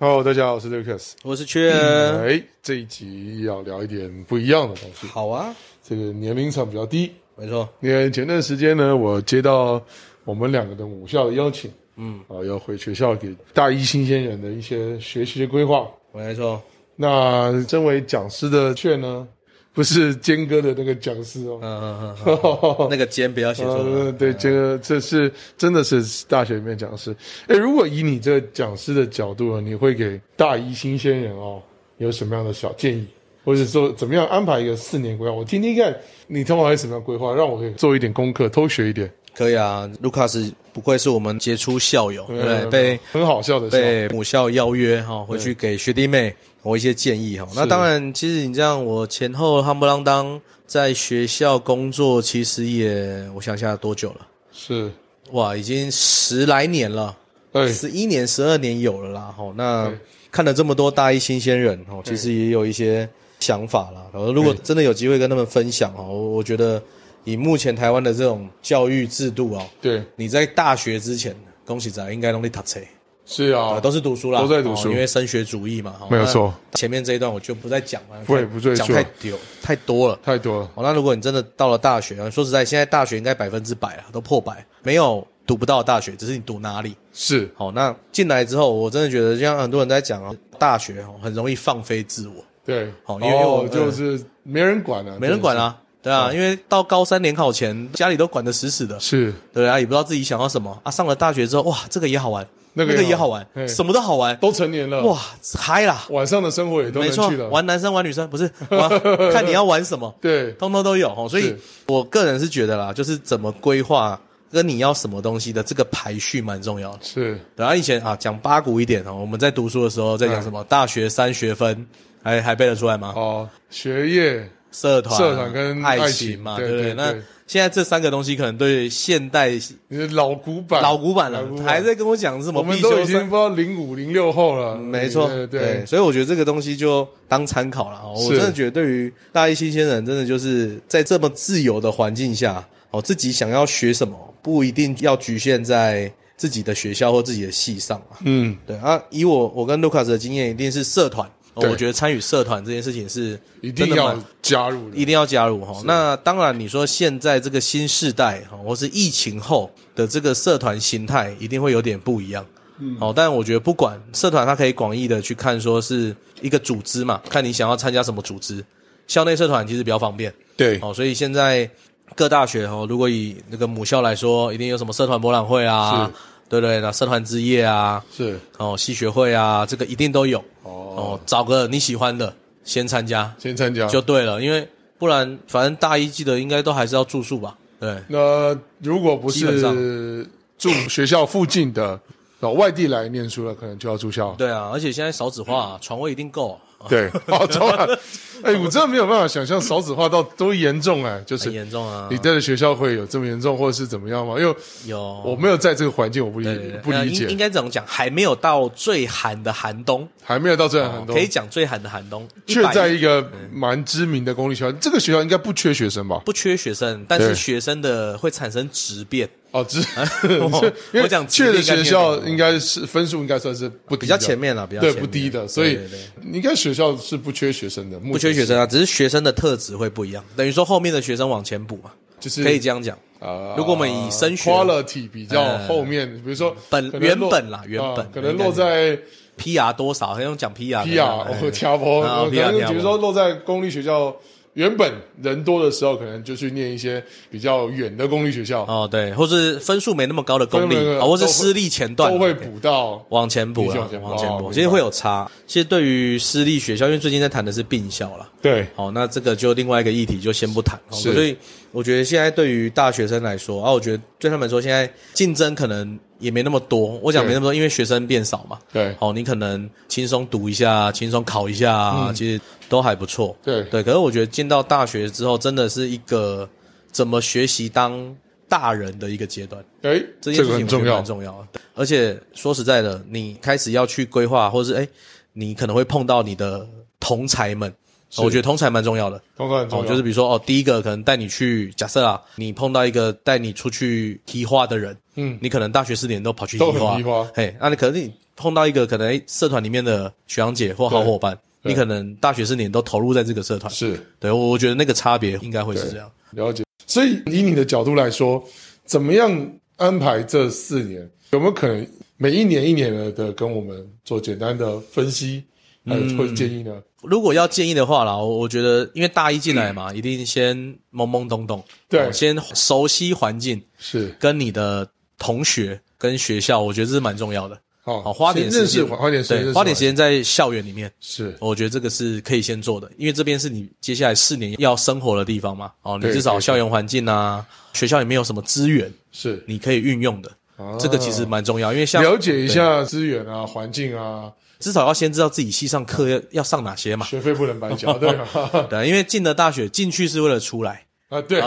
Hello， 大家好，我是 Lucas， 我是缺。 这一集要聊一点不一样的东西。 好啊， 这个年龄层比较低， 没错。 因为前段时间呢，我接到我们两个的母校的邀请，要回学校给大一新鲜人的一些学习的规划。 没错。 那身为讲师的却呢，不是坚哥的那个讲师哦， 那个坚不要写错了。 对，这是真的是大学里面讲师。如果以你这个讲师的角度，你会给大一新鲜人有什么样的小建议，或者说怎么样安排一个4年规划？我听听看你通常有什么样的规划，让我可以做一点功课，偷学一点。 可以啊，卢卡斯不愧是我们杰出校友，对，被很好笑的校友， 被母校邀约回去给学弟妹我一些建议哈。那当然，其实你这样，我前后夯不啷当在学校工作，其实也我想想多久了？ 是哇，已经10来年了，11年、12年有了啦。那看了这么多大一新鲜人其实也有一些想法啦。如果真的有机会跟他们分享我觉得以目前台湾的这种教育制度对， 你在大学之前，恭喜仔应该都在读书。 是啊， 都是读书啦， 都在读书， 因为升学主义嘛， 没有错。 前面这一段我就不再讲了， 不赘述， 讲太多了。那如果你真的到了大学，说实在，现在大学应该100%了，都破100，没有读不到大学，只是你读哪里。 是那进来之后，我真的觉得像很多人在讲大学很容易放飞自我。 对， 因为我就是没人管了， 没人管啊。对啊，因为到高3联考前，家里都管得死死的， 是， 对啊，也不知道自己想要什么啊。上了大学之后，哇，这个也好玩，那个也好玩，什么都好玩， 都成年了， 哇，嗨啦！ 晚上的生活也都能去了， 没错，玩男生玩女生不是，看你要玩什么， 对， 通通都有。所以我个人是觉得啦，就是怎么规划跟你要什么东西的这个排序蛮重要的。 是， 然后以前讲八股一点我们在读书的时候在讲什么大学3学分，还背得出来吗？ 学业。 社团跟爱情嘛，对不对？那现在这3个东西可能对现代老古板了，还在跟我讲什么？ 我们都已经不知道05、06后了。 没错，对，所以我觉得这个东西就当参考了。我真的觉得对于大一新鲜人，真的就是在这么自由的环境下，自己想要学什么，不一定要局限在自己的学校或自己的系上嘛。对啊，以我跟 Lucas 的经验，一定是社团。我觉得参与社团这件事情是一定要加入的， 一定要加入那当然，你说现在这个新世代或是疫情后的这个社团形态，一定会有点不一样。但我觉得不管社团，它可以广义的去看，说是一个组织嘛，看你想要参加什么组织。校内社团其实比较方便， 对， 所以现在各大学如果以那个母校来说，一定有什么社团博览会啊。对不对？那社团之夜啊， 是系学会啊，这个一定都有找个你喜欢的先参加就对了，因为不然反正大一记得应该都还是要住宿吧？对。 那如果不是住学校附近的，外地来念书了，可能就要住校。 对啊，而且现在少子化，床位一定够。 对，我真的没有办法想象少子化到多严重就是很严重啊！ 你在学校会有这么严重，或者是怎么样吗？因为我没有在这个环境，我不理解。 应该怎么讲？还没有到最寒的寒冬， 还没有到最寒寒冬， 可以讲最寒的寒冬。 却在一个蛮知名的公立学校，这个学校应该不缺学生吧？ 不缺学生，但是学生的会产生质变。 我讲确的学校应该是分数应该算是不低的， 比较前面了，比较前面不低的，所以应该学校是不缺学生的， 不缺学生啊，只是学生的特质会不一样，等于说后面的学生往前补嘛，就是可以这样讲。如果我们以升学 quality 比较后面，比如说原本可能落在 PR 多少，可以用讲 PR 和挑拨，可能比如说落在公立学校。原本人多的时候，可能就去念一些比较远的公立学校对，或是分数没那么高的公立或是私立前段都会补到往前补，其实会有差。其实对于私立学校，因为最近在谈的是并校啦， 对， 那这个就另外一个议题就先不谈。所以我觉得现在对于大学生来说我觉得对他们来说，现在竞争可能也没那么多。我讲没那么多，因为学生变少嘛。 对， 你可能轻松读一下，轻松考一下其实都还不错。 对， 可是我觉得进到大学之后，真的是一个怎么学习当大人的一个阶段。这件事情我觉得蛮重要的。而且说实在的，你开始要去规划，或者是你可能会碰到你的同侪们。我觉得同侪蛮重要的， 同侪很重要。 就是比如说第一个可能带你去，假设你碰到一个带你出去踢花的人，你可能大学4年都跑去踢花， 那你可能碰到一个可能社团里面的学长姐或好伙伴，你可能大学4年都投入在这个社团， 是对，我觉得那个差别应该会是这样。 了解。所以以你的角度来说，怎么样安排这4年？有没有可能每一年一年的跟我们做简单的分析，或者建议呢？ 如果要建议的话啦，我觉得因为大一进来嘛，一定先懵懵懂懂， 对， 先熟悉环境， 是跟你的同学跟学校，我觉得这是蛮重要的。花点时间， 花点时间在校园里面， 是， 我觉得这个是可以先做的，因为这边是你接下来4年要生活的地方嘛。你至少校园环境啊，学校里面有什么资源是你可以运用的，这个其实蛮重要，因为像了解一下资源啊、环境啊， 至少要先知道自己系上课要上哪些嘛， 学费不能白交，对吧？ 对，因为进了大学进去是为了出来。 对，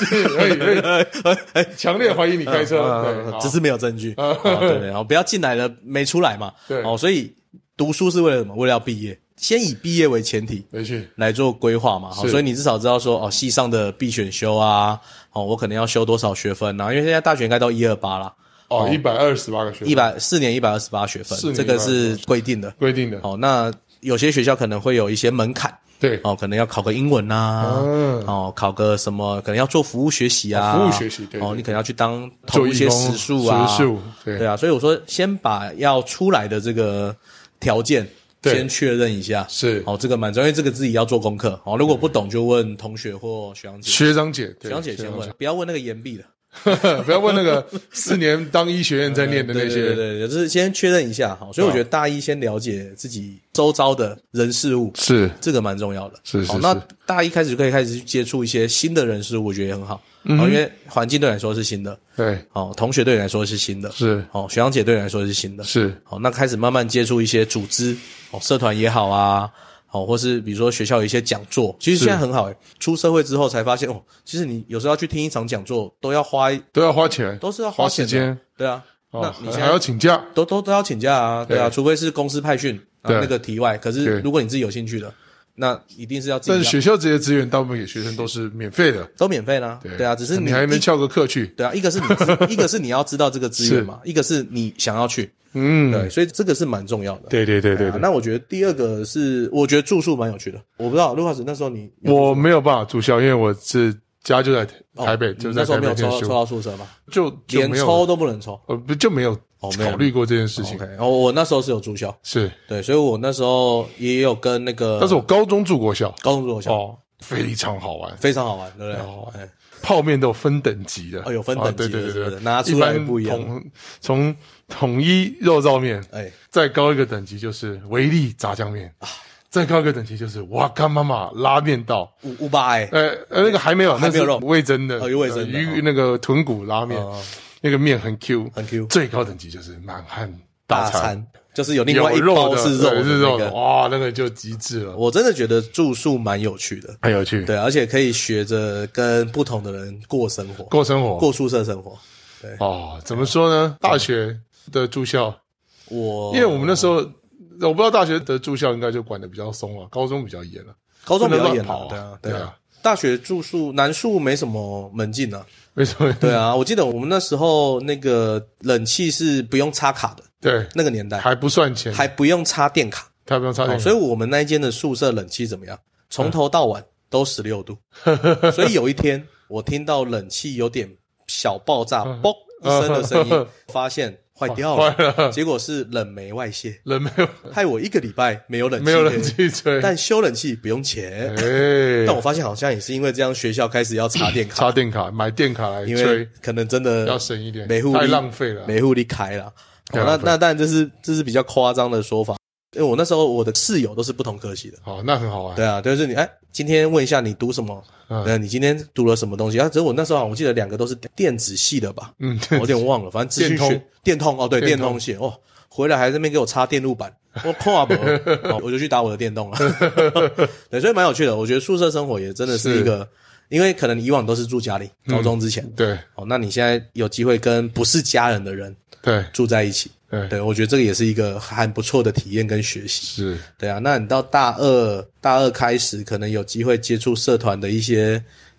强烈怀疑你开车， 只是没有证据，对，不要进来了没出来嘛， 对， 所以读书是为了什么？为了要毕业，先以毕业为前提，来做规划嘛，所以你至少知道说，系上的必选修啊，我可能要修多少学分啊，因为现在大学应该都128啦 ，128个学分 ，4年128学分，这个是规定的，那有些学校可能会有一些门槛。 对， 可能要考个英文啊，考个什么，可能要做服务学习啊， 服务学习，对， 你可能要去投一些时数啊，对啊，所以我说先把要出来的这个条件先确认一下， 是， 这个蛮重要，因为这个自己要做功课，如果不懂就问同学或学长姐先问，不要问那个延毕的。 不要问那个4年当医学院在念的那些， 对，就是先确认一下，所以我觉得大一先了解自己周遭的人事物， 是这个蛮重要的。 是， 那大一开始可以开始去接触一些新的人事物，我觉得也很好，因为环境对你来说是新的，对，同学对你来说是新的，是，学长姐对你来说是新的，是，那开始慢慢接触一些组织，社团也好啊。或是比如说学校有一些讲座，其实现在很好出社会之后才发现其实你有时候要去听一场讲座都要花钱， 都是要花时间， 对啊，那你现在还要请假， 都要请假啊，对啊，除非是公司派训那个题外，可是如果你自己有兴趣的，那一定是要自己。 但是学校这些资源大部分给学生都是免费的， 都免费啦，对啊，只是你还能翘个课去， 对啊，一个是你要知道这个资源嘛，一个是你想要去。对，所以这个是蛮重要的。 对。 那我觉得第二个是，我觉得住宿蛮有趣的。我不知道陆老师那时候我没有办法住校，因为我是家就在台北，就在台北念书。 那时候没有抽到宿舍吗？ 就连抽都不能抽， 就没有考虑过这件事情。 我那时候是有住校， 是对， 所以我那时候也有跟那个， 但是我高中住过校，非常好玩， 非常好玩，对不对？ 泡面都有分等级的， 有分等级的， 对， 拿出来不一样。 从统一肉燥面，再高一个等级就是维力炸酱面啊，再高一个等级就是哇干妈妈拉面道 558 那个还没有肉， 味噌的， 有味噌的鱼那个豚骨拉面，那个面很 Q，最高等级就是满汉大餐。 就是有另外一包是肉的， 哇，那个就极致了。 我真的觉得住宿蛮有趣的， 很有趣， 对，而且可以学着跟不同的人过生活，过宿舍生活。对怎么说呢？大学的住校，因为我们那时候我不知道大学的住校应该就管得比较松了，高中比较严了， 高中比较严了，对啊。大学住宿男宿没什么门禁啊， 没什么。 对啊，我记得我们那时候那个冷气是不用插卡的。 对， 那个年代还不算钱， 还不用插电卡， 还不用插电卡， 所以我们那一间的宿舍冷气怎么样？从头到晚都16度，所以有一天我听到冷气有点小爆炸，嘣一声的声音，发现坏掉了，结果是冷媒外泄，害我1个礼拜没有冷气吹，但修冷气不用钱。但我发现好像也是因为这样，学校开始要插电卡， 买电卡来吹， 因为可能真的要省一点， 太浪费了， 每户里开了。那当然这是比较夸张的说法，因为我那时候我的室友都是不同科系的。 那很好玩。 对啊，就是你今天问一下你读什么？你今天读了什么东西？只是我那时候我记得2个都是电子系的吧？我有点忘了，反正资讯学电通对，电通系回来还在那边给我插电路板，我看不我就去打我的电动了。对，所以蛮有趣的。我觉得宿舍生活也真的是一个。因为可能你以往都是住家里，高中之前， 对， 那你现在有机会跟不是家人的人，对，住在一起，对，我觉得这个也是一个很不错的体验跟学习， 是， 对啊。那你到大二开始，可能有机会接触社团的一些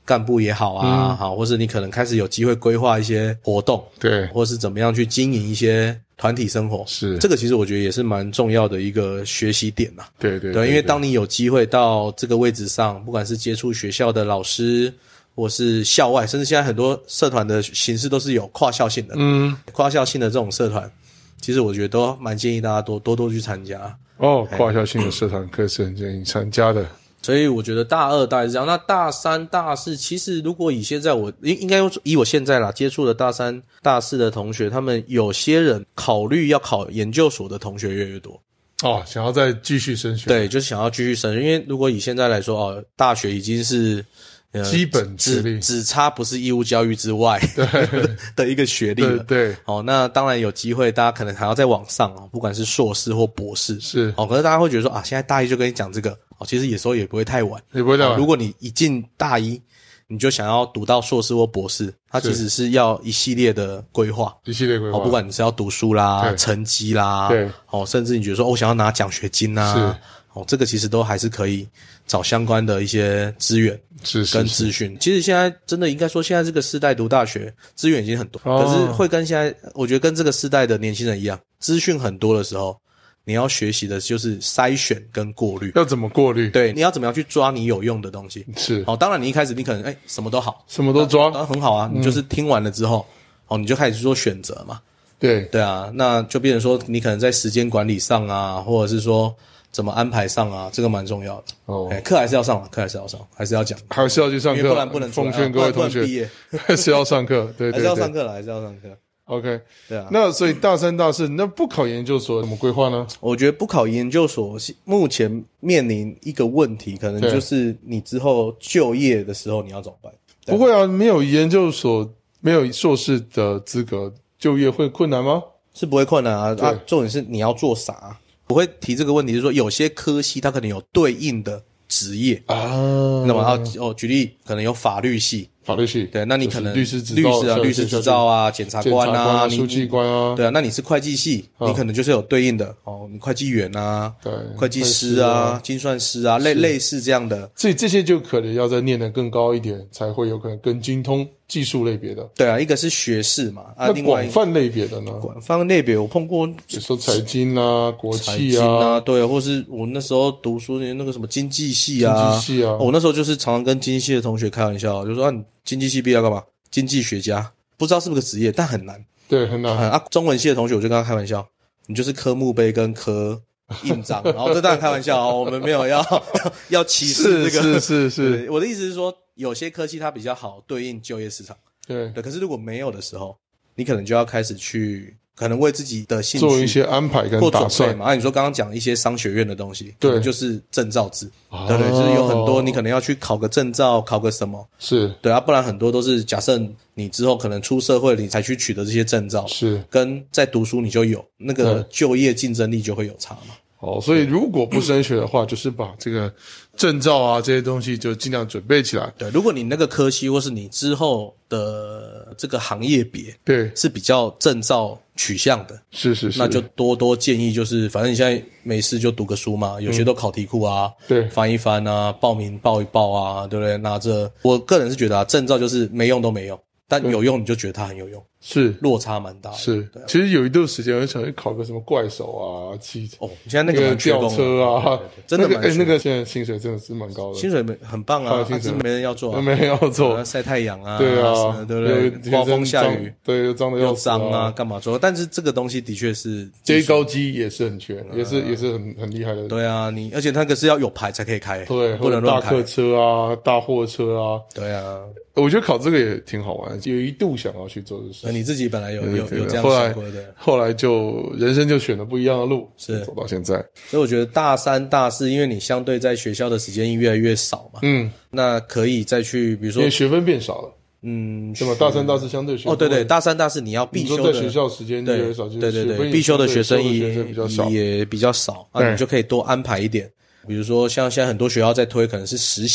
干部也好啊，好，或是你可能开始有机会规划一些活动， 对， 或是怎么样去经营一些团体生活， 是这个其实我觉得也是蛮重要的一个学习点啦。 对对对，因为当你有机会到这个位置上，不管是接触学校的老师，或是校外，甚至现在很多社团的形式都是有跨校性的，跨校性的这种社团，其实我觉得都蛮建议大家多去参加。 跨校性的社团课是很建议参加的。 所以我觉得大二大概是这样，那大三大四其实如果以现在我应该以我现在啦接触的大三大四的同学，他们有些人考虑要考研究所的同学越来越多。 想要再继续升学。 对，就是想要继续升学，因为如果以现在来说大学已经是基本学历只差不是义务教育之外的一个学历了。 对， 那当然有机会大家可能还要再往上不管是硕士或博士。 是可是大家会觉得说现在大一就跟你讲这个其实有时候也不会太晚。 也不会太晚。 如果你一进大一你就想要读到硕士或博士，它其实是要一系列的规划。不管你是要读书啦、成绩啦， 对， 甚至你觉得说我想要拿奖学金啊，这个其实都还是可以找相关的一些资源跟资讯。其实现在真的应该说，现在这个世代读大学资源已经很多，可是会跟现在我觉得跟这个世代的年轻人一样，资讯很多的时候，你要学习的就是筛选跟过滤。 要怎么过滤？ 对，你要怎么样去抓你有用的东西。 是当然你一开始你可能什么都好， 什么都抓， 当然很好啊。你就是听完了之后你就开始去做选择嘛。 对啊，那就变成说你可能在时间管理上啊，或者是说怎么安排上啊，这个蛮重要的。课还是要上，还是要去上课， 因为不然不能奉劝各位同学还是要上课。对， 还是要上课。 OK， 对啊。 那所以大三大四那不考研究所怎么规划呢？ 我觉得不考研究所目前面临一个问题，可能就是你之后就业的时候你要怎么办？ 不会啊，没有研究所没有硕士的资格就业会困难吗？ 是不会困难啊。重点是你要做啥。我会提这个问题是说，有些科系它可能有对应的职业那么举例可能有法律系，对，那你可能律师执照啊，检察官啊， 书记官啊， 对啊，那你是会计系，你可能就是有对应的你会计员啊， 对， 会计师啊，精算师啊，类似这样的。 所以这些就可能要再念得更高一点，才会有可能更精通技术类别的。 对啊，一个是学士嘛， 那广泛类别的呢？ 广泛类别我碰过， 比如说财经啊、国企啊， 对，或是我那时候读书那个什么经济系啊，我那时候就是常常跟经济系的同学开玩笑，就说你经济系毕业要干嘛？经济学家，不知道是不是个职业，但很难。 对，很难。 中文系的同学我就跟他开玩笑，你就是刻墓碑跟刻印章，然后这当然开玩笑我们没有要歧视这个。 是。 我的意思是说，有些科系它比较好对应就业市场。 对， 可是如果没有的时候，你可能就要开始去可能为自己的兴趣做一些安排跟打算嘛。你说刚刚讲一些商学院的东西， 对， 可能就是证照制，对，就是有很多你可能要去考个证照，考个什么， 是对啊，不然很多都是假设你之后可能出社会你才去取得这些证照， 是跟在读书你就有那个就业竞争力就会有差嘛。 所以如果不升学的话，就是把这个证照啊这些东西就尽量准备起来。 对，如果你那个科系或是你之后的这个行业别， 对，是比较证照取向的， 是， 那就多建议就是，反正你现在没事就读个书嘛，有些都考题库啊， 对， 翻一翻啊，报名报一报啊，对不对？拿着，我个人是觉得证照就是没用都没用，但有用你就觉得它很有用。 是落差蛮大的。 是，其实有一段时间我想去考个什么怪手啊、汽现在那个吊车啊， 真的那个现在薪水真的是蛮高的， 薪水很棒啊，但是没人要做， 没人要做， 晒太阳啊， 对啊， 对不对？刮风下雨， 对，又脏的要死啊，干嘛做？但是这个东西的确是 ，J 高机也是很缺，也是很厉害的。 对啊，而且那个是要有牌才可以开， 对， 不能乱开。 大客车啊，大货车啊， 对啊。 我觉得考这个也挺好玩，有一度想要去做这事。 你自己本来有这样想过的， 后来就人生就选了不一样的路， 是走到现在。 所以我觉得大三大四，因为你相对在学校的时间越来越少嘛，那可以再去，比如说因为学分变少了，对吧？大三大四相对学分对，大三大四你要必修的， 在学校时间越来越少， 对，必修的学生也比较少，你就可以多安排一点。比如说像现在很多学校在推可能是实习，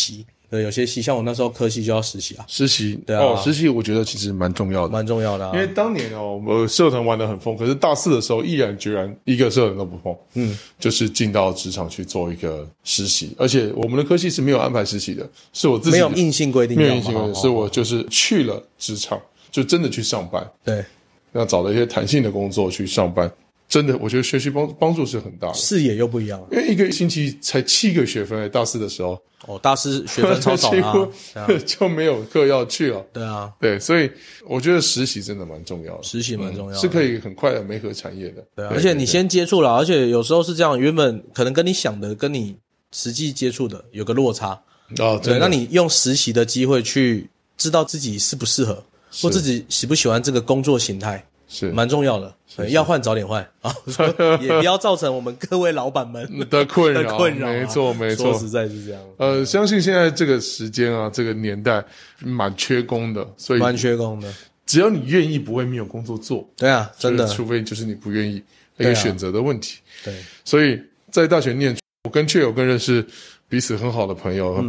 对，有些系像我那时候科系就要实习啊， 实习， 对啊， 实习我觉得其实蛮重要的， 蛮重要的啊。 因为当年我社团玩得很疯，可是大四的时候毅然决然一个社团都不碰，就是进到职场去做一个实习，而且我们的科系是没有安排实习的，是我自己没有硬性规定， 没有硬性规定，是我就是去了职场，就真的去上班， 对， 要找了一些弹性的工作去上班。真的，我觉得学习帮助是很大的， 视野又不一样了。 因为一个星期才7个学分，大四的时候， 大四学分超少啊， 几乎就没有课要去了。 对啊， 对，所以我觉得实习真的蛮重要的， 实习蛮重要的， 是可以很快的媒合产业的。 对啊，而且你先接触了，而且有时候是这样，原本可能跟你想的跟你实际接触的有个落差。对，那你用实习的机会去知道自己适不适合，或自己喜不喜欢这个工作形态。 是蛮重要的，要换早点换啊，也不要造成我们各位老板们的困扰， 没错。 说实在是这样。 相信现在这个时间啊，这个年代蛮缺工的，所以蛮缺工的。 只要你愿意，不会没有工作做。 对啊，真的， 除非就是你不愿意，一个选择的问题。 对， 所以在大学念，我跟确有更认识彼此很好的朋友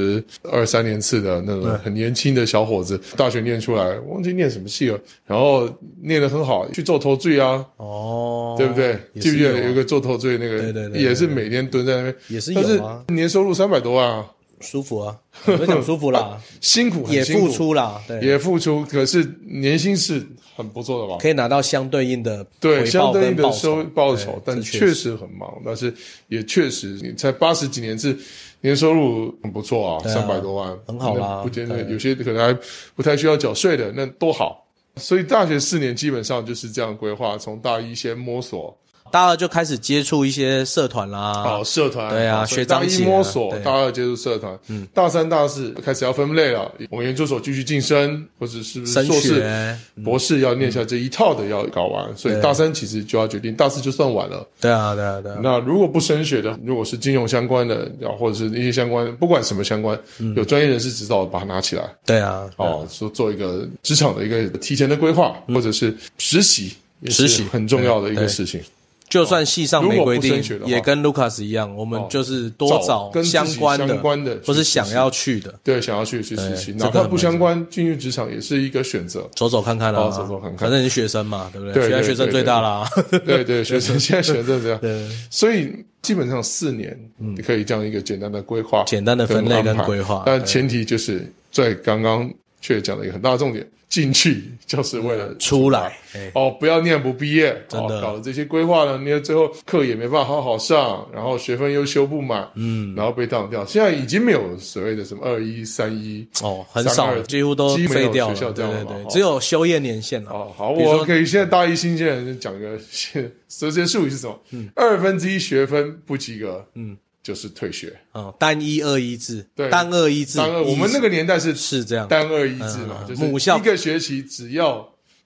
，82、3年次的那种很年轻的小伙子，大学念出来，忘记念什么系了，然后念得很好，去做头罪啊，对不对？记不记得有一个做头罪那个，对，也是每天蹲在那边， 也是有啊， 但是年收入300多万啊。 舒服啊，我讲舒服啦， 辛苦也付出啦，对， 也付出，可是年薪是很不错的吧？ 可以拿到相对应的对相对应的报酬，但确实很忙，但是也确实你才80几年次，年收入很不错啊，300多万， 很好啦。 不见得有些可能还不太需要缴税的，那多好。所以大学4年基本上就是这样规划，从大一先摸索。 大二就开始接触一些社团啦， 社团， 对啊，学长姐大一摸索，大二接触社团，大3、大4开始要分类了。我们研究所继续晋升，或者是不是硕士、博士要念下这一套的要搞完，所以大3其实就要决定，大4就算晚了。 对啊。 那如果不升学的，如果是金融相关的，或者是一些相关，不管什么相关，有专业人士指导，把它拿起来。 对啊， 说做一个职场的一个提前的规划，或者是实习，实习很重要的一个事情。 就算系上没规定，也跟 Lucas 一样，我们就是多找相关的，或是想要去的， 对，想要去实习，哪怕不相关，进入职场也是一个选择， 走走看看啦， 走走看看， 反正你是学生嘛，对不对？现在学生最大啦， 对，学生现在学生这样，所以基本上4年，你可以这样一个简单的规划， 简单的分类跟规划， 但前提就是在刚刚却讲了一个很大的重点。进去就是为了出来不要念不毕业， 真的搞了这些规划呢，你最后课也没办法好好上，然后学分又修不满，然后被当掉。现在已经没有所谓的什么21、31 很少，几乎都废掉了。 学校这样对，只有修业年限了。 好，我可以现在大一新鲜人讲一个，这些术语是什么？1/2学分不及格，就是退学， 单一2-1制， 对， 单2-1制， 我们那个年代是这样， 单2-1制嘛，就是母校一个学期只要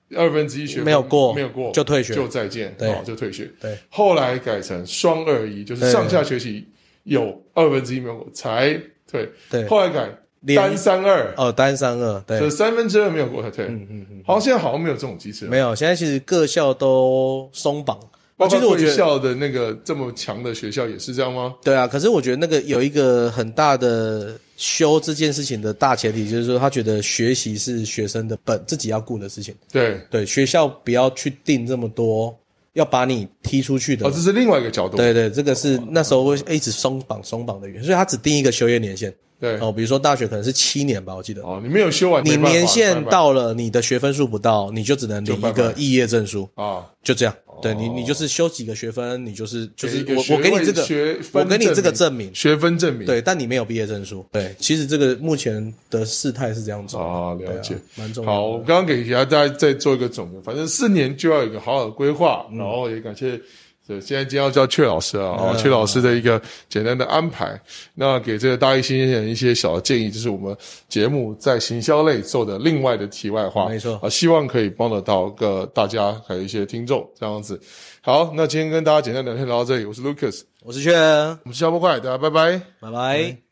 1/2学分没有过就退学， 就再见，就退学。 对， 后来改成双2-1，就是上下学期有1/2没有过才退。对，后来改单3/2， 单3/2，对， 就2/3没有过才退。好像现在好像没有这种机制， 没有，现在其实各校都松绑。 其实我觉得校的那个这么强的学校也是这样吗？ 对啊，可是我觉得那个有一个很大的修这件事情的大前提，就是说他觉得学习是学生的自己要顾的事情。对，学校不要去定这么多要把你踢出去的。 这是另外一个角度。 对，这个是那时候会一直松绑的原因，所以他只定一个修业年限。 对比如说大学可能是7年吧，我记得。 你没有修完， 你年限到了，你的学分数不到，你就只能领一个肄业证书就这样。对你就是修几个学分，你就是我给你这个我给你这个证明， 学分证明。 对，但你没有毕业证书。对，其实这个目前的事态是这样子。 了解， 蛮重要的。 好，我刚刚给大家再做一个总结，反正4年就要有一个好好的规划，然后也感谢。现在今天要叫阙老师阙老师的一个简单的安排，那给这个大一新鲜人一些小的建议，就是我们节目在行销类做的另外的题外话， 没错希望可以帮得到大家还有一些听众这样子。好，那今天跟大家简单聊天聊到这里，我是 Lucas， 我是阙， 我们是消波快，大家拜拜， 拜拜。